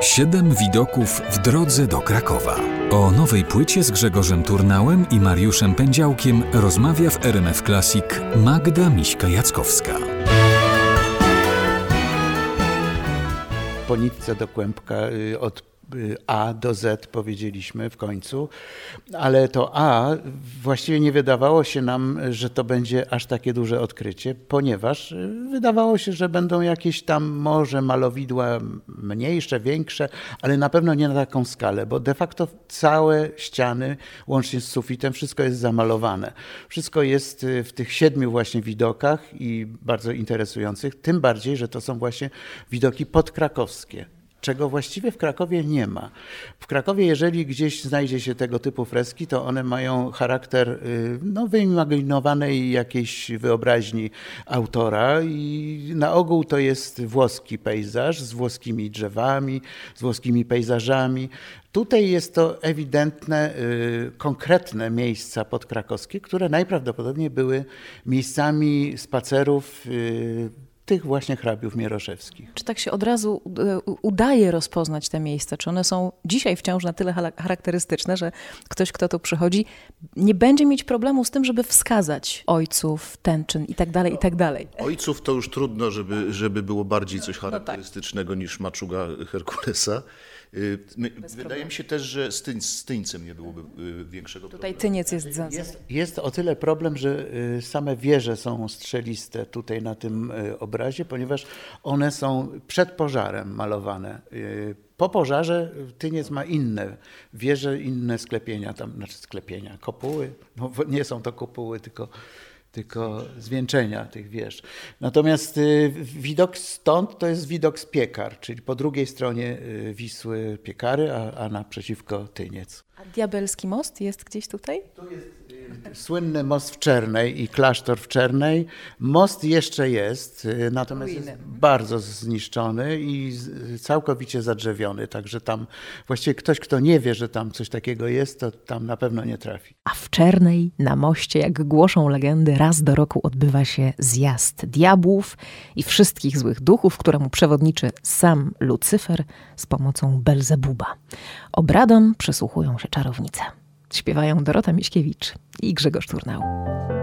7 widoków w drodze do Krakowa. O nowej płycie z Grzegorzem Turnałem i Mariuszem Pędziałkiem rozmawia w RMF Classic Magda Miśka-Jackowska. Po nitce do kłębka od A do Z powiedzieliśmy w końcu, ale to A właściwie nie wydawało się nam, że to będzie aż takie duże odkrycie, ponieważ wydawało się, że będą jakieś tam może malowidła mniejsze, większe, ale na pewno nie na taką skalę, bo de facto całe ściany, łącznie z sufitem, wszystko jest zamalowane. Wszystko jest w tych 7 właśnie widokach i bardzo interesujących, tym bardziej, że to są właśnie widoki podkrakowskie, czego właściwie w Krakowie nie ma. W Krakowie, jeżeli gdzieś znajdzie się tego typu freski, to one mają charakter wyimaginowanej jakiejś wyobraźni autora i na ogół to jest włoski pejzaż z włoskimi drzewami, z włoskimi pejzażami. Tutaj jest to ewidentne, konkretne miejsca podkrakowskie, które najprawdopodobniej były miejscami spacerów tych właśnie hrabiów mieroszewskich. Czy tak się od razu udaje rozpoznać te miejsca? Czy one są dzisiaj wciąż na tyle charakterystyczne, że ktoś, kto tu przychodzi, nie będzie mieć problemu z tym, żeby wskazać ojców, ten czyn i tak dalej, i tak dalej? Ojców to już trudno, żeby było bardziej coś charakterystycznego niż maczuga Herkulesa. Wydaje mi się też, że z Tyńcem nie byłoby większego problemu. Tutaj Tyniec jest Jest o tyle problem, że same wieże są strzeliste tutaj na tym obrazie, ponieważ one są przed pożarem malowane. Po pożarze Tyniec ma inne wieże, inne sklepienia, kopuły. No, nie są to kopuły, tylko zwieńczenia tych wież. Natomiast widok stąd to jest widok z Piekar, czyli po drugiej stronie Wisły Piekary, a naprzeciwko Tyniec. A Diabelski most jest gdzieś tutaj? Tu jest słynny most w Czernej i klasztor w Czernej. Most jeszcze jest, natomiast jest bardzo zniszczony i całkowicie zadrzewiony, także tam właściwie ktoś, kto nie wie, że tam coś takiego jest, to tam na pewno nie trafi. A w Czernej, na moście, jak głoszą legendy, raz do roku odbywa się zjazd diabłów i wszystkich złych duchów, któremu przewodniczy sam Lucyfer z pomocą Belzebuba. Obradom przysłuchują się czarownice. Śpiewają Dorota Miśkiewicz i Grzegorz Turnał.